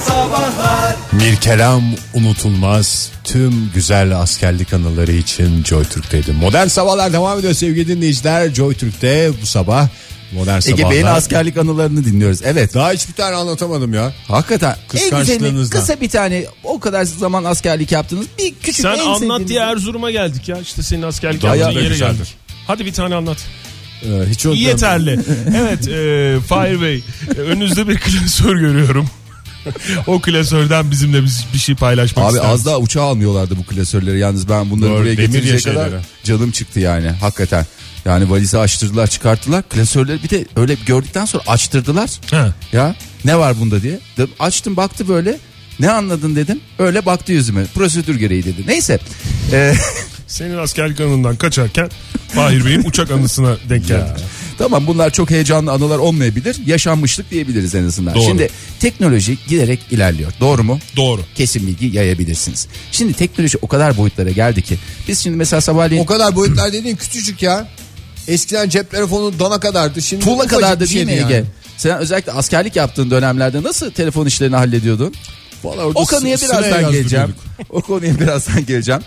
Sabahlar. Bir kelam unutulmaz tüm güzel askerlik anıları için Joy Türk'teydi. Modern Sabahlar devam ediyor sevgili dinleyiciler. Joy Türk'te bu sabah Modern Sabahlar. Ege Bey'in askerlik anılarını dinliyoruz. Evet. Daha hiçbir tane anlatamadım ya. Hakikaten. Kıskançlığınızdan. Kısa bir tane, o kadar zaman askerlik yaptınız. Bir küçük. Sen anlat diye Erzurum'a geldik ya. İşte senin askerlik yaptığın yere geldik. Hadi bir tane anlat. Hiç yeterli. Evet, Fahir Bey, önünüzde bir klasör görüyorum. O klasörden bizimle bir şey paylaşmak ister Abi az daha uçağa almıyorlardı bu klasörleri. Yalnız ben bunları buraya getirecek kadar canım çıktı yani. Hakikaten. Yani valizi açtırdılar, çıkarttılar. Klasörleri bir de öyle gördükten sonra açtırdılar. He. Ya ne var bunda diye. Açtım, baktı böyle. Ne anladın dedim. Öyle baktı yüzüme. Prosedür gereği dedi. Neyse. Senin askerlik anından kaçarken Fahir Bey'in uçak anısına denk geldik. Tamam, bunlar çok heyecanlı anılar olmayabilir. Yaşanmışlık diyebiliriz en azından. Doğru. Şimdi teknoloji giderek ilerliyor. Doğru mu? Doğru. Kesin bilgi yayabilirsiniz. Şimdi teknoloji o kadar boyutlara geldi ki. Biz şimdi mesela sabahleyin... O kadar boyutlar dediğin küçücük ya. Eskiden cep telefonu dana kadardı. Şimdi tuğla kadardı değil mi Ege? Yani. Sen özellikle askerlik yaptığın dönemlerde nasıl telefon işlerini hallediyordun? O konuya birazdan geleceğim. O konuya birazdan geleceğim.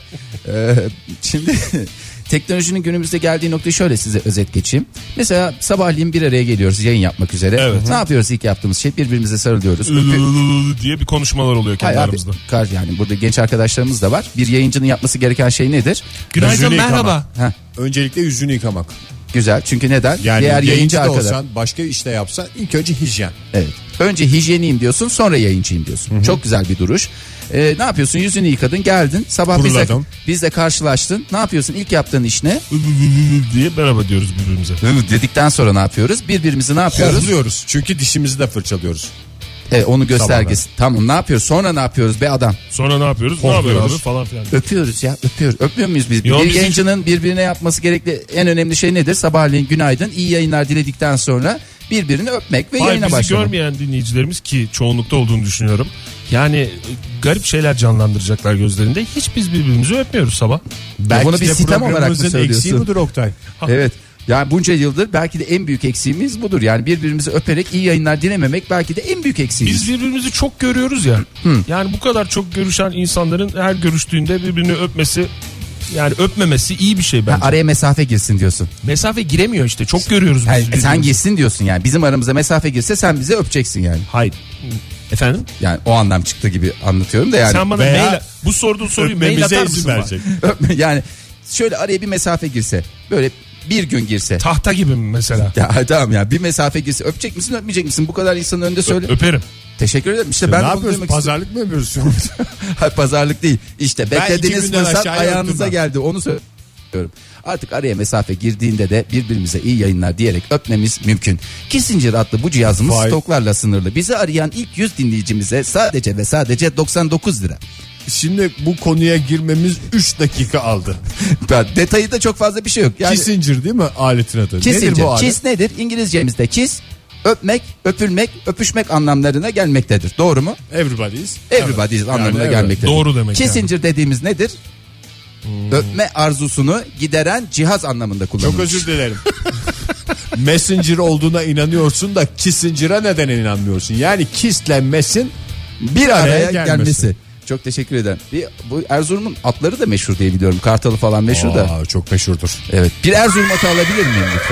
Şimdi teknolojinin günümüzde geldiği noktayı şöyle size özet geçeyim. Mesela sabahleyin bir araya geliyoruz yayın yapmak üzere. Evet. Ne yapıyoruz ilk yaptığımız şey? Birbirimize sarılıyoruz. diye bir konuşmalar oluyor kendi aramızda. Yani burada genç arkadaşlarımız da var. Bir yayıncının yapması gereken şey nedir? Günaydın, merhaba. Öncelikle yüzünü yıkamak. Güzel, çünkü neden? Yani diğer yayıncı arkadaş olsan, başka işte yapsan ilk önce hijyen. Evet. Önce hijyeniyim diyorsun, sonra yayıncıyım diyorsun. Hı-hı. Çok güzel bir duruş. Ne yapıyorsun? Yüzünü yıkadın, geldin. Sabah bizle karşılaştın. Ne yapıyorsun? İlk yaptığın iş ne? diye merhaba diyoruz birbirimize. Dedikten sonra ne yapıyoruz? Birbirimizi ne yapıyoruz? Horluyoruz. Çünkü dişimizi de fırçalıyoruz. Onu göstergesi. Sabahlar. Tamam, ne yapıyoruz? Sonra ne yapıyoruz be adam? Sonra ne yapıyoruz? Ne yapıyoruz falan filan. Öpüyoruz ya, öpüyoruz. Öpmüyor muyuz biz? Bir yayıncının birbirine yapması gerekli en önemli şey nedir? Sabahleyin günaydın, iyi yayınlar diledikten sonra birbirini öpmek ve yayına başlamak. Bizi görmeyen dinleyicilerimiz, ki çoğunlukta olduğunu düşünüyorum. Yani garip şeyler canlandıracaklar gözlerinde. Hiç biz birbirimizi öpmüyoruz sabah. Belki bunu bir sitem olarak mı söylüyorsun? Eksiği midir Oktay? Evet. Yani bunca yıldır belki de en büyük eksiğimiz budur. Yani birbirimizi öperek iyi yayınlar dilememek belki de en büyük eksiğimiz. Biz birbirimizi çok görüyoruz ya. Yani bu kadar çok görüşen insanların her görüştüğünde birbirini öpmesi, yani öpmemesi iyi bir şey bence. Araya mesafe girsin diyorsun. Mesafe giremiyor işte, çok görüyoruz biz. Sen girsin diyorsun yani. Bizim aramıza mesafe girse sen bize öpeceksin yani. Hayır. Efendim? Yani o anlam çıktı gibi anlatıyorum da yani. Sen bana mail, bu sorduğun soruyu mail atar mısın? Yani şöyle araya bir mesafe girse, böyle bir gün girse. Tahta gibi mi mesela? Ya tamam ya, bir mesafe girse öpecek misin, öpmeyecek misin? Bu kadar insanın önünde söyle. Öperim. Teşekkür ederim. İşte ben ne yapıyoruz? Pazarlık mı yapıyoruz şu an? Hayır, pazarlık değil. İşte beklediğiniz fırsat ayağınıza geldi. Onu söylüyorum. Artık araya mesafe girdiğinde de birbirimize iyi yayınlar diyerek öpmemiz mümkün. Kissinger adlı bu cihazımız stoklarla sınırlı. Bizi arayan ilk 100 dinleyicimize sadece ve sadece 99 lira. Şimdi bu konuya girmemiz 3 dakika aldı. Detayı da çok fazla bir şey yok. Yani, Kissinger değil mi aletin adı? Kissinger. Nedir bu alet? Kiss nedir? İngilizcemizde kiss, öpmek, öpülmek, öpüşmek anlamlarına gelmektedir. Doğru mu? Everybody's anlamına gelmektedir. Doğru demek. Kissinger dediğimiz nedir? Öpme arzusunu gideren cihaz anlamında kullanılır. Çok özür dilerim. Messenger olduğuna inanıyorsun da Kissinger'a neden inanmıyorsun? Yani Kiss'le Mess'in bir araya gelmesi. Çok teşekkür ederim. Bu Erzurum'un atları da meşhur diye biliyorum. Kartalı falan meşhur da. Çok meşhurdur. Evet. Bir Erzurum atı alabilir miyim lütfen?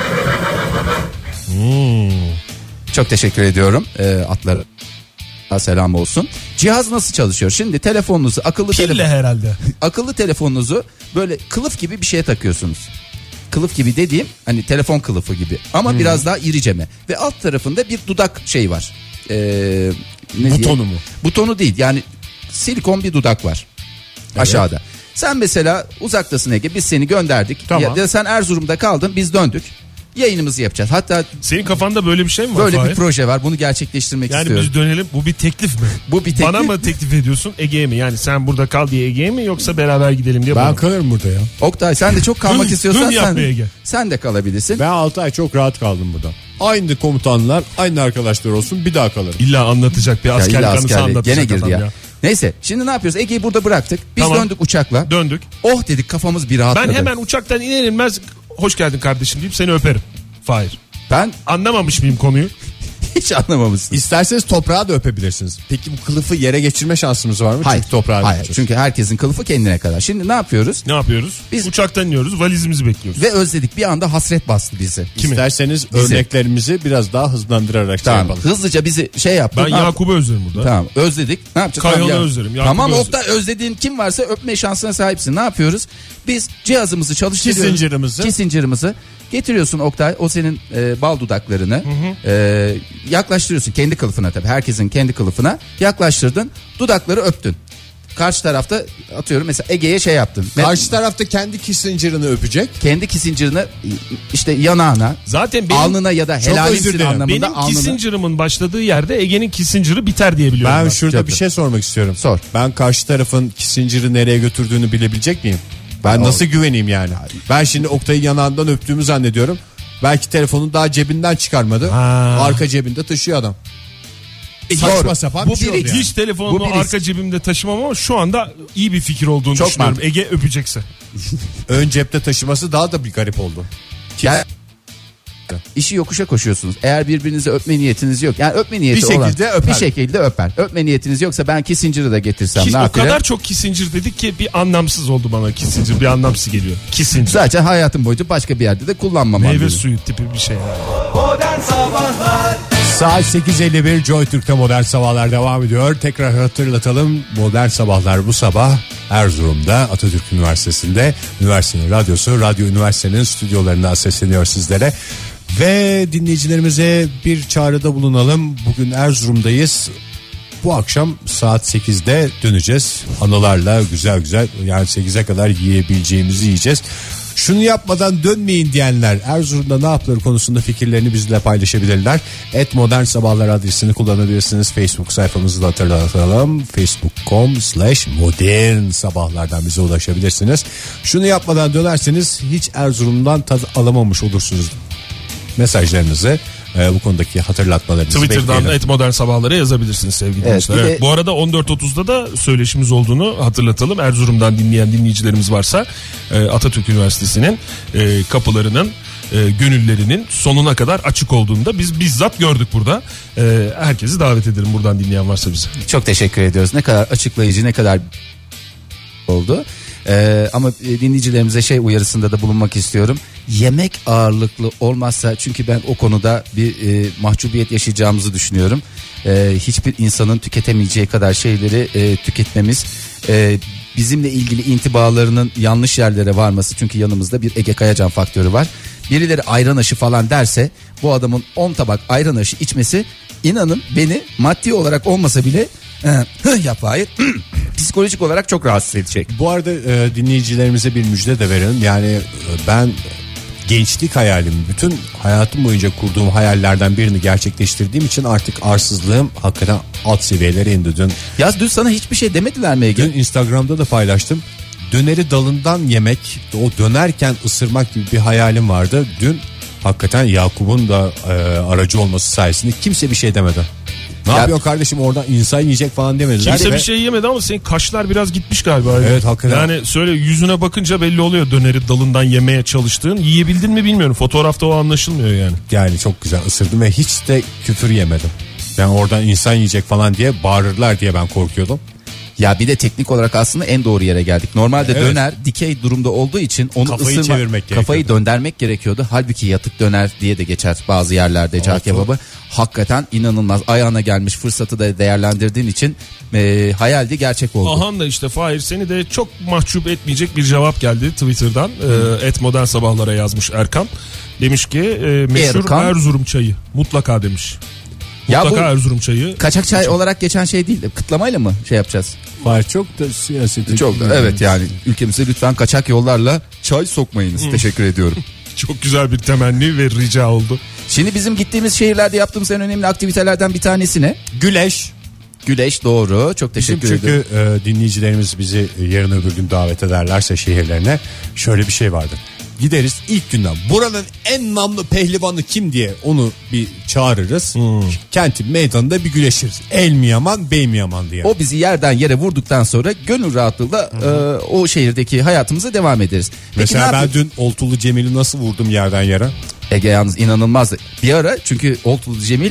Çok teşekkür ediyorum atlara. Selam olsun. Cihaz nasıl çalışıyor? Şimdi telefonunuzu herhalde. Akıllı telefonunuzu böyle kılıf gibi bir şeye takıyorsunuz. Kılıf gibi dediğim hani telefon kılıfı gibi ama biraz daha iriceme ve alt tarafında bir dudak şey var. Butonu mu? Butonu değil, yani silikon bir dudak var aşağıda. Sen mesela uzaktasın Ege, biz seni gönderdik. Tamam. Ya sen Erzurum'da kaldın, biz döndük. Yayınımızı yapacağız. Hatta senin kafanda böyle bir şey mi var? Böyle bir proje var. Bunu gerçekleştirmek istiyorum. Yani biz dönelim. Bu bir teklif mi? Bu bir teklif. Bana mı teklif ediyorsun, Ege'ye mi? Yani sen burada kal diye Ege'ye mi, yoksa beraber gidelim diye? Ben kalırım burada ya. Oktay, sen de çok kalmak istiyorsan sen de kalabilirsin. Ben 6 ay çok rahat kaldım burada. Aynı komutanlar, aynı arkadaşlar olsun, bir daha kalırım. İlla anlatacak bir askerlik anısı anlatacak. Gene girdi ya. Neyse, şimdi ne yapıyoruz? Ege'yi burada bıraktık. Biz döndük uçakla. Döndük. Oh dedik, kafamız bir rahatladı. Ben hemen uçaktan iner inmez hoş geldin kardeşim deyip seni öperim. Fahir. Ben anlamamış mıyım konuyu? Hiç anlamamışsın. İsterseniz toprağı da öpebilirsiniz. Peki bu kılıfı yere geçirme şansımız var mı? Hayır. Çünkü toprağı Hayır. Çünkü herkesin kılıfı kendine kadar. Şimdi ne yapıyoruz? Ne yapıyoruz? Biz uçaktan iniyoruz, valizimizi bekliyoruz. Ve özledik, bir anda hasret bastı bizi. İsterseniz örneklerimizi biraz daha hızlandırarak tamam. yapalım. Hızlıca bizi şey yaptın. Ben Yakup'u özlerim burada. Tamam, özledik. Ne yapacağız? Kayhan'ı özlerim. Tamam Oktay, özlediğin kim varsa öpme şansına sahipsin. Ne yapıyoruz? Biz cihazımızı çalıştırıyoruz. Kissinger'ımızı getiriyorsun Oktay. O senin bal dudaklarını yaklaştırıyorsun kendi kılıfına tabii. Herkesin kendi kılıfına yaklaştırdın. Dudakları öptün. Karşı tarafta atıyorum mesela Ege'ye şey yaptın. Karşı tarafta kendi Kissinger'ını öpecek. Kendi Kissinger'ını işte yanağına, zaten benim, alnına ya da helalimsin anlamında. Benim Kissinger'ımın başladığı yerde Ege'nin Kissinger'ı biter diye biliyorum. Ben şurada bir şey sormak istiyorum. Sor. Ben karşı tarafın Kissinger'ı nereye götürdüğünü bilebilecek miyim? Ben nasıl güveneyim yani? Ben şimdi Oktay'ı yanağından öptüğümü zannediyorum. Belki telefonu daha cebinden çıkarmadı. Arka cebinde taşıyor adam. Saçma sapan bu bir şey oldu yani. Hiç telefonumu arka cebimde taşımam ama şu anda iyi bir fikir olduğunu çok düşünüyorum. mantıklı. Ege öpecekse. Ön cepte taşıması daha da bir garip oldu. Ya, işi yokuşa koşuyorsunuz. Eğer birbirinizi öpme niyetiniz yok. Yani öpme niyeti bir şekilde olan, öper. Bir şekilde öper. Öpme niyetiniz yoksa ben Kissinger'ı da getirsem ne O yapayım? kadar çok Kissinger dedik ki bir anlamsız oldu bana Kissinger. Bir anlamsız geliyor. Kissinger. Zaten hayatım boyunca başka bir yerde de kullanmam. Meyve suyu tipi bir şey yani. Modern Sabahlar. Saat 8.51 Joy Türk'te Modern Sabahlar devam ediyor. Tekrar hatırlatalım. Modern Sabahlar bu sabah Erzurum'da Atatürk Üniversitesi'nde, üniversitenin radyosu, Radyo Üniversite'nin stüdyolarından sesleniyor sizlere. Ve dinleyicilerimize bir çağrıda bulunalım. Bugün Erzurum'dayız. Bu akşam saat 8'de döneceğiz. Anılarla güzel güzel, yani 8'e kadar yiyebileceğimizi yiyeceğiz. Şunu yapmadan dönmeyin diyenler Erzurum'da ne yapılır konusunda fikirlerini bizle paylaşabilirler. @Modern Sabahlar adresini kullanabilirsiniz. Facebook sayfamızı da hatırlatalım. Facebook.com/modern sabahlardan bize ulaşabilirsiniz. Şunu yapmadan dönerseniz hiç Erzurum'dan tad alamamış olursunuz. Mesajlarınızı, bu konudaki hatırlatmalarınızı Twitter'dan @modern sabahlara yazabilirsiniz sevgili dinleyiciler. Evet, bu arada 14.30'da da söyleşimiz olduğunu hatırlatalım. Erzurum'dan dinleyen dinleyicilerimiz varsa Atatürk Üniversitesi'nin kapılarının, gönüllerinin sonuna kadar açık olduğunu da biz bizzat gördük burada. Herkesi davet edelim buradan dinleyen varsa bize. Çok teşekkür ediyoruz. Ne kadar açıklayıcı, ne kadar oldu. Ama dinleyicilerimize uyarısında da bulunmak istiyorum. Yemek ağırlıklı olmazsa, çünkü ben o konuda bir mahcubiyet yaşayacağımızı düşünüyorum. Hiçbir insanın tüketemeyeceği kadar şeyleri tüketmemiz, bizimle ilgili intibalarının yanlış yerlere varması, çünkü yanımızda bir Ege Kayacan faktörü var. Birileri ayran aşı falan derse, bu adamın 10 tabak ayran aşı içmesi, inanın beni maddi olarak olmasa bile psikolojik olarak çok rahatsız edecek. Bu arada dinleyicilerimize bir müjde de verelim. Yani ben gençlik hayalim, bütün hayatım boyunca kurduğum hayallerden birini gerçekleştirdiğim için artık arsızlığım hakikaten alt seviyelere indi. Dün sana hiçbir şey demediler mi Ege? Dün Instagram'da da paylaştım. Döneri dalından yemek, o dönerken ısırmak gibi bir hayalim vardı. Dün hakikaten Yakup'un da aracı olması sayesinde kimse bir şey demedi. Ne yapıyor kardeşim oradan, insan yiyecek falan demediler. Kimse bir şey yemedi ama senin kaşlar biraz gitmiş galiba. Evet hakikaten. Yani söyle, yüzüne bakınca belli oluyor döneri dalından yemeye çalıştığın. Yiyebildin mi bilmiyorum. Fotoğrafta o anlaşılmıyor yani. Yani çok güzel ısırdım ve hiç de küfür yemedim. Yani oradan insan yiyecek falan diye bağırırlar diye ben korkuyordum. Ya bir de teknik olarak aslında en doğru yere geldik. Normalde döner dikey durumda olduğu için onu kafayı döndürmek gerekiyordu. Halbuki yatık döner diye de geçer bazı yerlerde cağ kebabı. Hakikaten inanılmaz, ayağına gelmiş fırsatı da değerlendirdiğin için hayaldi, gerçek oldu. Aha da işte Fahir, seni de çok mahcup etmeyecek bir cevap geldi Twitter'dan. @modern sabahlara yazmış Erkan. Demiş ki meşhur Erkan, Erzurum çayı mutlaka demiş. Mutlaka Erzurum çayı. Kaçak çay olarak geçen şey değil de kıtlamayla mı şey yapacağız? Var, çok da siyaseti. Çok da, evet, yani ülkemize lütfen kaçak yollarla çay sokmayınız. Teşekkür ediyorum. Çok güzel bir temenni ve rica oldu. Şimdi bizim gittiğimiz şehirlerde yaptığımız en önemli aktivitelerden bir tanesi ne? Güleş, doğru. Çok teşekkür ederim. Çünkü dinleyicilerimiz bizi yarın öbür gün davet ederlerse şehirlerine, şöyle bir şey vardır. Gideriz ilk günden, buranın en namlı pehlivanı kim diye onu bir çağırırız. Kentin meydanında bir güleşiriz. El mi yaman, bey mi yaman diye. O bizi yerden yere vurduktan sonra gönül rahatlığıyla o şehirdeki hayatımıza devam ederiz. Mesela ben dün Oltulu Cemil'i nasıl vurdum yerden yere? Ege yalnız inanılmazdı. Bir ara, çünkü Oltulu Cemil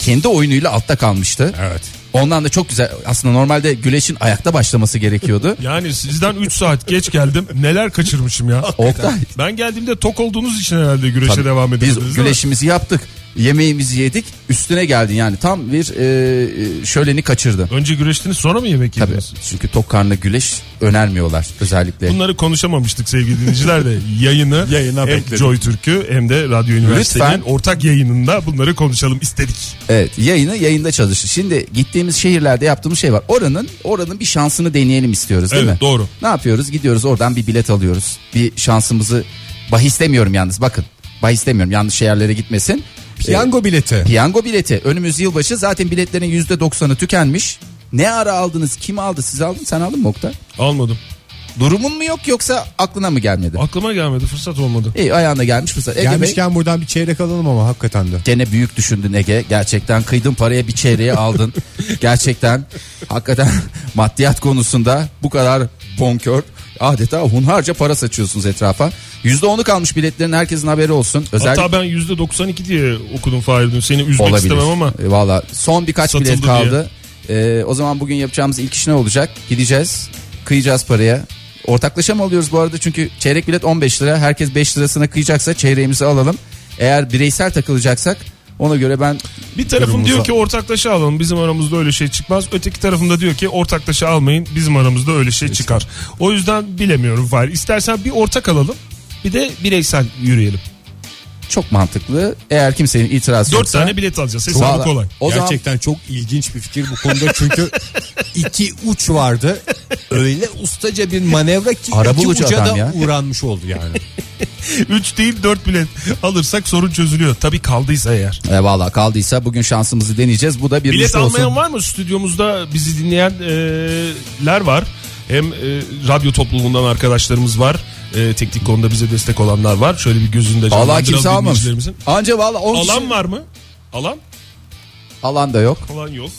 kendi oyunuyla altta kalmıştı. Evet. Ondan da çok güzel. Aslında normalde güreşin ayakta başlaması gerekiyordu. Yani sizden 3 saat geç geldim. Neler kaçırmışım ya. Oktay. Ben geldiğimde tok olduğunuz için herhalde güreşe Tabii, devam ediyoruz. biz güreşimizi yaptık. Yemeğimizi yedik. Üstüne geldin yani tam bir şöleni kaçırdı. Önce güreştiniz sonra mı yemek Tabii, yediniz? çünkü tok karnına güreş önermiyorlar özellikle. Bunları konuşamamıştık sevgili dinleyiciler de. Yayına hem bekledim. Joy Türk'ü hem de Radyo Üniversitesi'nin ortak yayınında bunları konuşalım istedik. Evet, yayında çalışır. Şimdi gittiğimiz şehirlerde yaptığımız şey var. Oranın bir şansını deneyelim istiyoruz değil mi? Evet, doğru. Ne yapıyoruz? Gidiyoruz oradan bir bilet alıyoruz. Bir şansımızı bahis demiyorum yalnız bakın. Bahis demiyorum yanlış yerlere gitmesin. Piyango bileti. Piyango bileti. Önümüz yılbaşı zaten biletlerin %90'ı tükenmiş. Ne ara aldınız? Kim aldı? Siz aldın? Sen aldın mı Oktay? Almadım. Durumun mu yok yoksa aklına mı gelmedi? Aklıma gelmedi, fırsat olmadı. İyi, ayağına gelmiş fırsat. Ege Gelmişken Bey, buradan bir çeyrek alalım ama hakikaten de. gene büyük düşündün Ege. Gerçekten kıydın paraya bir çeyreği aldın. Gerçekten hakikaten maddiyat konusunda bu kadar bonkör. Adeta hunharca para saçıyorsunuz etrafa. %10'u kalmış biletlerin, herkesin haberi olsun. Özellikle... Hatta ben %92 diye okudum Fahir'din. Seni üzmek Olabilir. istemem ama. Valla son birkaç Satıldı bilet kaldı. O zaman bugün yapacağımız ilk iş ne olacak? Gideceğiz, kıyacağız paraya. Ortaklaşa mı alıyoruz bu arada? Çünkü çeyrek bilet 15 lira. Herkes 5 lirasına kıyacaksa çeyreğimizi alalım. Eğer bireysel takılacaksak ona göre ben... Bir tarafım diyor ki ortaklaşa alalım, bizim aramızda öyle şey çıkmaz. Öteki tarafında diyor ki ortaklaşa almayın, bizim aramızda öyle şey çıkar. O yüzden bilemiyorum Fahir. İstersen bir ortak alalım, bir de bireysel yürüyelim. Çok mantıklı. Eğer kimsenin itirazı 4 yoksa... tane bilet alacağız. Hesabı Vallahi- kolay. O zaman Gerçekten çok ilginç bir fikir bu konuda çünkü iki uç vardı. Öyle ustaca bir manevra ki iki Arabulucu uca adam da ya. uğranmış oldu yani. 3 değil 4 bilet alırsak sorun çözülüyor. Tabii kaldıysa eğer. valla kaldıysa bugün şansımızı deneyeceğiz. Bu da bir Bilet liste almayan olsun. var mı? Stüdyomuzda bizi dinleyenler var. Hem radyo topluluğundan arkadaşlarımız var. Teknik konuda bize destek olanlar var. Şöyle bir gözünde Valla canlandıralım kimse almamış. dinleyicilerimizin. Anca valla 10 kişi... Alan var mı? Alan? Alan da yok. Alan yok.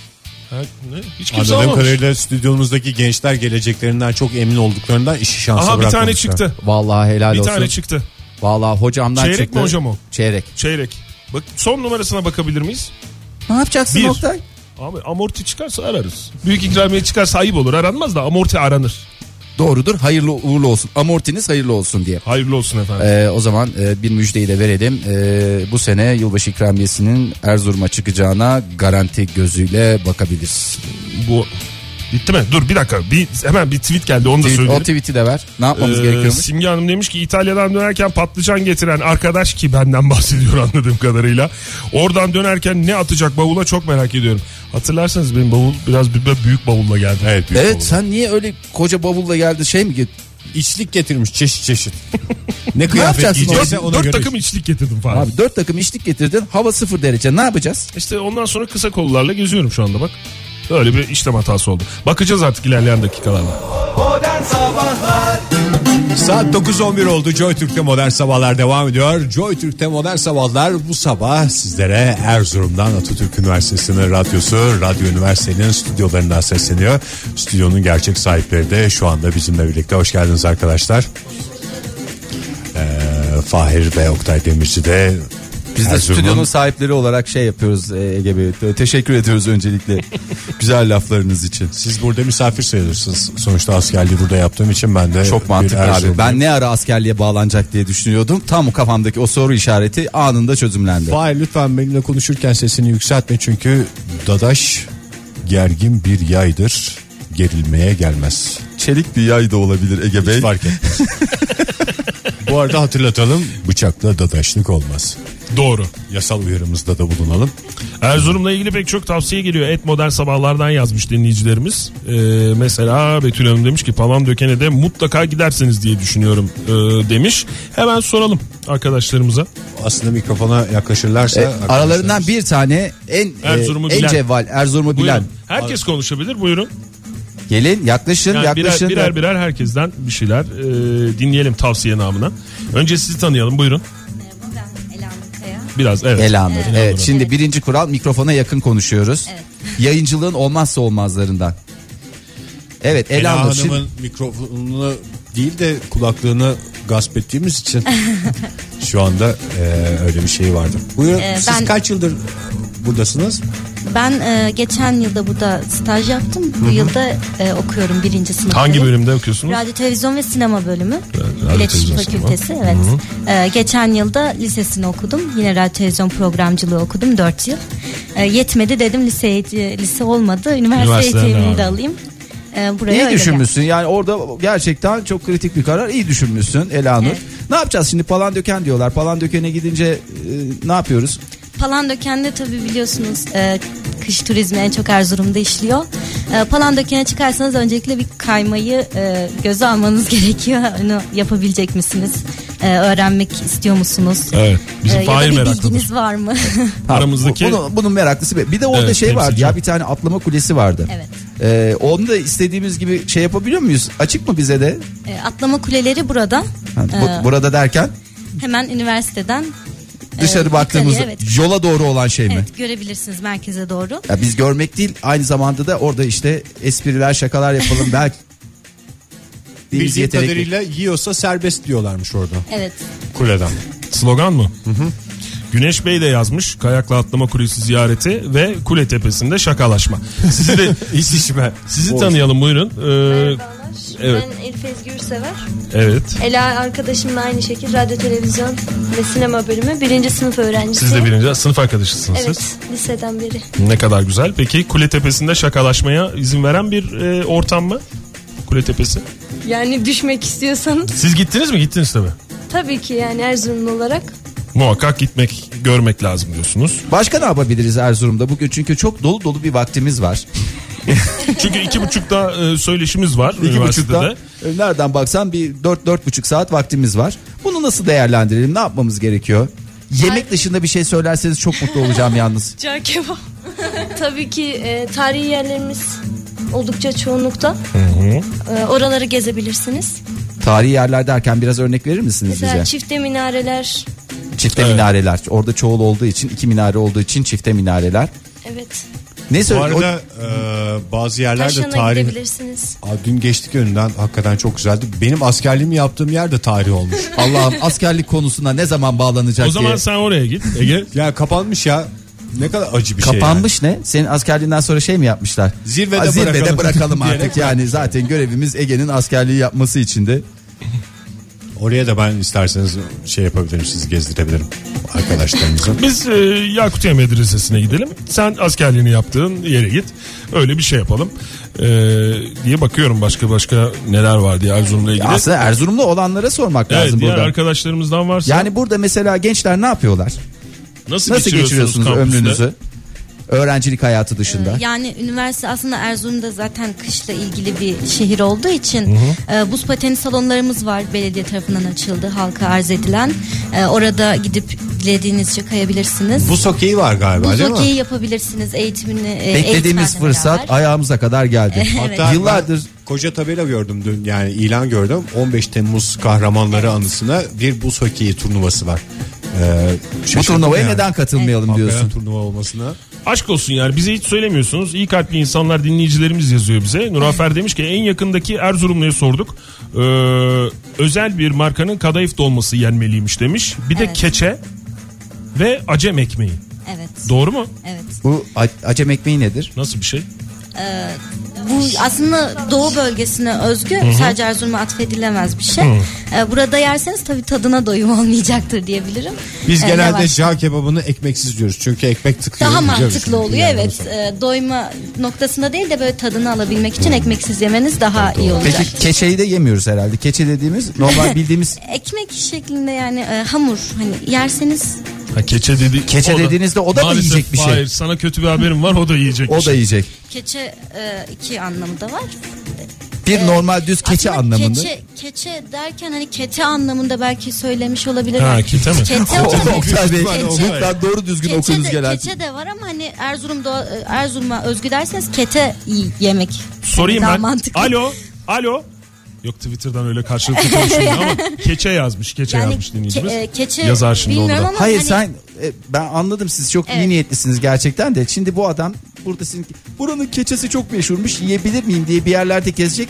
Ne? Hiç kimse Anladığım almamış. kadarıyla stüdyomuzdaki gençler geleceklerinden çok emin olduklarından işi şansa Aha bir tane bırakmamışlar. çıktı. Vallahi helal Bir olsun. tane çıktı. Valla hocamdan Çeyrek çıktı. mi hocam o? Çeyrek. Çeyrek. Bak son numarasına bakabilir miyiz? Ne yapacaksın Bir. Oktay? Abi amorti çıkarsa ararız. Büyük ikramiye çıkarsa ayıp olur. Aranmaz da amorti aranır. Doğrudur, hayırlı uğurlu olsun. Amortiniz hayırlı olsun diye. Hayırlı olsun efendim. O zaman bir müjdeyi de verelim. Bu sene yılbaşı ikramiyesinin Erzurum'a çıkacağına garanti gözüyle bakabiliriz. Bu bitti mi? Dur bir dakika. Hemen bir tweet geldi, onu da O söyleyelim. tweet'i de ver. Ne yapmamız gerekiyormuş? Simge Hanım demiş ki İtalya'dan dönerken patlıcan getiren arkadaş, ki benden bahsediyor anladığım kadarıyla. Oradan dönerken ne atacak bavula çok merak ediyorum. Hatırlarsanız benim bavul biraz büyük bavulla geldi. Evet, büyük Evet, oldu. sen niye öyle koca bavulla geldin, şey mi git? İçlik getirmiş çeşit çeşit. Ne kıyafet yapacaksın giyecekse ona 4 göre. takım içlik getirdim falan. Abi 4 takım içlik getirdin, hava 0 derece, ne yapacağız? İşte ondan sonra kısa kollarla geziyorum şu anda bak. Öyle bir işlem hatası oldu. Bakacağız artık ilerleyen dakikalarda. Modern Sabahlar Saat 9:11 oldu. Joy Türk'te Modern Sabahlar devam ediyor. Joy Türk'te Modern Sabahlar bu sabah sizlere Erzurum'dan Atatürk Üniversitesi'nin radyosu, Radyo Üniversitesi'nin stüdyolarından sesleniyor. Stüdyonun gerçek sahipleri de şu anda bizimle birlikte. Hoş geldiniz arkadaşlar. Fahir ve Oktay Demirci de Biz de Erzurum'un- stüdyonun sahipleri olarak şey yapıyoruz Ege Bey. Teşekkür ediyoruz öncelikle güzel laflarınız için. Siz burada misafir sayılırsınız. Sonuçta askerliği burada yaptığım için ben de Çok bir mantıklı abi. Erzurumluyum. Ben ne ara askerliğe bağlanacak diye düşünüyordum. Tam kafamdaki o soru işareti anında çözümlendi. Fahir lütfen benimle konuşurken sesini yükseltme çünkü dadaş gergin bir yaydır, gerilmeye gelmez. Çelik bir yay da olabilir Ege Bey. Hiç fark etmez. Bu arada hatırlatalım, bıçakla dadaşlık olmaz. Doğru. Yasal uyarımızda da bulunalım. Erzurum'la ilgili pek çok tavsiye geliyor. Modern Sabahlardan yazmış dinleyicilerimiz. Mesela Betül Hanım demiş ki Palandöken'e de mutlaka giderseniz diye düşünüyorum demiş. Hemen soralım arkadaşlarımıza. Aslında mikrofona yaklaşırlarsa Aralarından bir tane en Erzurum'u en bilen. cevval Erzurum'u bilen. Buyurun. Herkes konuşabilir, buyurun. Gelin yaklaşın Yani yaklaşın. birer herkesten bir şeyler dinleyelim tavsiye namına. Önce sizi tanıyalım, buyurun. Ben Elanur Kaya. Biraz evet. Elanur. Evet. Evet. Şimdi birinci kural, mikrofona yakın konuşuyoruz. Evet. Yayıncılığın olmazsa olmazlarından. Evet Ela Elanur. Şimdi, Hanım'ın mikrofonunu değil de kulaklığını gasp ettiğimiz için şu anda öyle bir şey vardı. Buyurun, siz ben- kaç yıldır buradasınız? Ben geçen yılda burada staj yaptım. Bu yılda okuyorum 1. sınıf. Hangi bölümde okuyorsunuz? Radyo, televizyon ve sinema bölümü. Radyo, İletişim televizyon, Fakültesi. Evet. Geçen yılda lisesini okudum. Yine radyo, televizyon programcılığı okudum 4 yıl. Yetmedi dedim, lise olmadı. Üniversite eğitimini de alayım. İyi düşünmüşsün. Yani orada gerçekten çok kritik bir karar. İyi düşünmüşsün Elanur. Evet. Ne yapacağız şimdi? Palandöken diyorlar. Palandöken'e gidince ne yapıyoruz? Palandöken'de tabii biliyorsunuz kış turizmi en çok Erzurum'da işliyor. Palandöken'e çıkarsanız öncelikle bir kaymayı göze almanız gerekiyor. Onu yapabilecek misiniz? Öğrenmek istiyor musunuz? Evet. Bizim Fahir meraklıdır. Bilginiz var mı? Aramızdaki bunun meraklısı. Bir de orada şey vardı ya, bir tane atlama kulesi vardı. Evet. Onu da istediğimiz gibi şey yapabiliyor muyuz? Açık mı bize de? Atlama kuleleri burada. Burada derken? Hemen üniversiteden. Dışarı baktığımızda yola doğru olan şey mi? Evet, görebilirsiniz merkeze doğru. Ya biz görmek değil, aynı zamanda da orada işte espriler, şakalar yapalım belki. Bildiğim kadarıyla yiyorsa serbest diyorlarmış orada. Evet. Kuleden. Slogan mı? Hı. Güneş Bey de yazmış, kayakla atlama kulesi ziyareti ve kule tepesinde şakalaşma. Sizi de sizi tanıyalım, buyurun. Merhabalar. Evet. Ben Elif Ezgi Ürsever. Evet. Ela arkadaşımla aynı şekilde radyo, televizyon ve sinema bölümü 1. sınıf öğrencisi. Siz de 1. sınıf arkadaşısınız. Evet, siz. liseden beri. Ne kadar güzel. Peki kule tepesinde şakalaşmaya izin veren bir ortam mı? Kule tepesi. Yani düşmek istiyorsanız. Siz gittiniz mi? Gittiniz tabii. Tabii ki yani Erzurumlu olarak. Muhakkak gitmek, görmek lazım diyorsunuz. Başka ne yapabiliriz Erzurum'da bugün? Çünkü çok dolu bir vaktimiz var. Çünkü 2.30'da söyleşimiz var 2.30'da. Nereden baksan bir 4-4.5 saat vaktimiz var. Bunu nasıl değerlendirelim? Ne yapmamız gerekiyor? Yemek dışında bir şey söylerseniz çok mutlu olacağım yalnız. Cağ kebap. Tabii ki tarihi yerlerimiz oldukça çoğunlukta. Oraları gezebilirsiniz. Tarihi yerler derken biraz örnek verir misiniz mesela bize? Çifte minareler. Çifte minareler. Orada çoğul olduğu için, 2 minare olduğu için çifte minareler. Evet. Neyse, bu arada bazı yerlerde tarih. Dün geçtik önünden, hakikaten çok güzeldi. Benim askerliğimi yaptığım yer de tarih olmuş. Allah'ım, askerlik konusuna ne zaman bağlanacak o zaman diye. Sen oraya git Ege. Ya kapanmış ya. Ne kadar acı bir şey. Kapanmış yani. Ne? Senin askerliğinden sonra şey mi yapmışlar? Zirvede bırakalım artık yani. Zaten görevimiz Ege'nin askerliği yapması için de. Oraya da ben isterseniz şey yapabilirim, sizi gezdirebilirim arkadaşlarımızın. Biz Yakutiye Medresesi'ne gidelim. Sen askerliğini yaptığın yere git. Öyle bir şey yapalım. Diye bakıyorum başka neler var diye Erzurum'la ilgili. Aslında Erzurumlu olanlara sormak lazım diğer burada. Arkadaşlarımızdan varsa. Yani burada mesela gençler ne yapıyorlar? Nasıl geçiriyorsunuz ömrünüzü? Öğrencilik hayatı dışında. Yani üniversite aslında Erzurum'da zaten kışla ilgili bir şehir olduğu için buz pateni salonlarımız var. Belediye tarafından açıldı, halka arz edilen. Orada gidip dilediğinizce kayabilirsiniz. Buz hokeyi var galiba, değil mi? Buz hokeyi yapabilirsiniz, eğitimini. Beklediğimiz fırsat beraber ayağımıza kadar geldi. Hatta yıllardır koca tabela gördüm dün, yani ilan gördüm. 15 Temmuz kahramanları anısına bir buz hokeyi turnuvası var. Bu turnuvaya neden katılmayalım diyorsun? Turnuva olmasına. Aşk olsun yani, bize hiç söylemiyorsunuz. İyi kalpli insanlar, dinleyicilerimiz yazıyor bize. Nurafer demiş ki en yakındaki Erzurumlu'ya sorduk. Özel bir markanın kadayıf dolması yenmeliymiş demiş. Bir de keçe ve acem ekmeği. Evet. Doğru mu? Evet. Bu acem ekmeği nedir? Nasıl bir şey? Bu aslında Doğu bölgesine özgü, sadece Erzurum'a atfedilemez bir şey. Burada yerseniz tabii tadına doyum olmayacaktır diyebilirim. Biz genelde cağ kebabını ekmeksiz diyoruz. Çünkü ekmek tıkıyor. Daha mantıklı oluyor, evet. Doyma noktasında değil de böyle tadını alabilmek için ekmeksiz yemeniz daha iyi olacak. Peki keçeyi de yemiyoruz herhalde. Keçe dediğimiz normal bildiğimiz ekmek şeklinde, yani hamur, hani yerseniz. Keçe dediğinizde o da mı yiyecek bir şey? Hayır, sana kötü bir haberim var, o da yiyecek. O da yiyecek. Keçe iki anlamı da var. Bir normal düz keçe anlamında. Keçe derken hani kete anlamında belki söylemiş olabilirim. Ha, kete mi? Oktay Bey, lütfen doğru düzgün okunuz gelen. Keçe de var ama hani Erzurum'a özgü derseniz kete yemek. Sorayım yani ben. Mantıklı. Alo. Yok, Twitter'dan öyle karşılıklı konuşuyor ama keçe yazmış dinleyicimiz. Keçe yazar şimdi onu da. Hayır hani... ben anladım, siz çok iyi niyetlisiniz gerçekten de. Şimdi bu adam burada buranın keçesi çok meşhurmuş, yiyebilir miyim diye bir yerlerde gezecek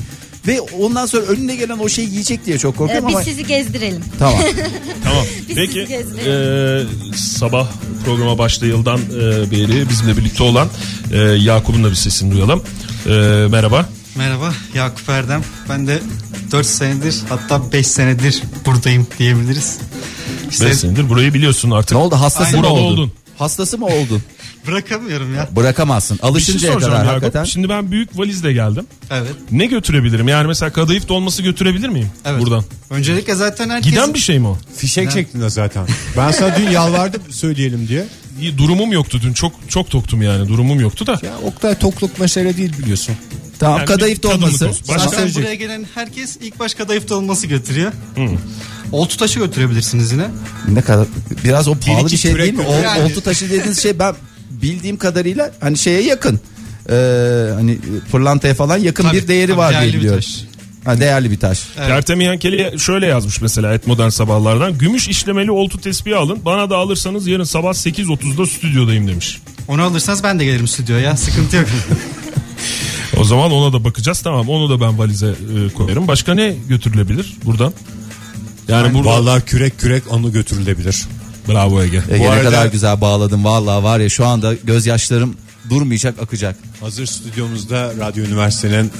Ve ondan sonra önüne gelen o şeyi yiyecek diye çok korkuyorum Biz ama. sizi gezdirelim. Tamam. Tamam. Biz Peki sizi sabah programa başlayıldan beri bizimle birlikte olan Yakup'un da bir sesini duyalım. Merhaba. Merhaba, Yakup Erdem. Ben de 4 senedir, hatta 5 senedir buradayım diyebiliriz. 5 senedir burayı biliyorsun artık. Ne oldu, hastası mı Buralı oldun? Hastası mı oldun? Bırakamıyorum ya. Bırakamazsın. Bir şey Alışıncaya soracağım kadar Yakup. hakikaten. Şimdi ben büyük valizle geldim. Evet. Ne götürebilirim? Yani mesela kadayıf dolması götürebilir miyim Evet. buradan? Öncelikle zaten herkes... Giden bir şey mi o? Fişek şeklinde zaten. Ben sana dün yalvardım söyleyelim diye. Durumum yoktu dün. Çok toktum yani. Durumum yoktu da. Ya Oktay tokluk mesele değil biliyorsun. Tamam, Yani kadayıf bir tadımlık dolması. olsun. Başka? Zaten buraya gelen herkes ilk baş kadayıf dolması götürüyor. Oltu taşı götürebilirsiniz yine. Ne kadar biraz o pahalı iki bir şey kürek değil mi? yani. Oltu taşı dediğiniz şey ben bildiğim kadarıyla hani şeye yakın. Hani pırlantaya falan yakın Tabii, bir değeri tabii, var diye değerli bir biliyorum. taş. Ha, değerli bir taş. Evet. Kertemiyen Keli şöyle yazmış mesela Et Modern Sabahlardan. Gümüş işlemeli oltu tespihi alın. Bana da alırsanız yarın sabah 8.30'da stüdyodayım demiş. Onu alırsanız ben de gelirim stüdyoya. Sıkıntı yok. O zaman ona da bakacağız. Tamam, onu da ben valize koyarım. Başka ne götürülebilir buradan? Yani burada... Vallahi kürek onu götürülebilir. Bravo Ege. Ege ne arada- kadar güzel bağladın vallahi var ya, şu anda gözyaşlarım durmayacak, akacak. Hazır stüdyomuzda Radyo Üniversite'nin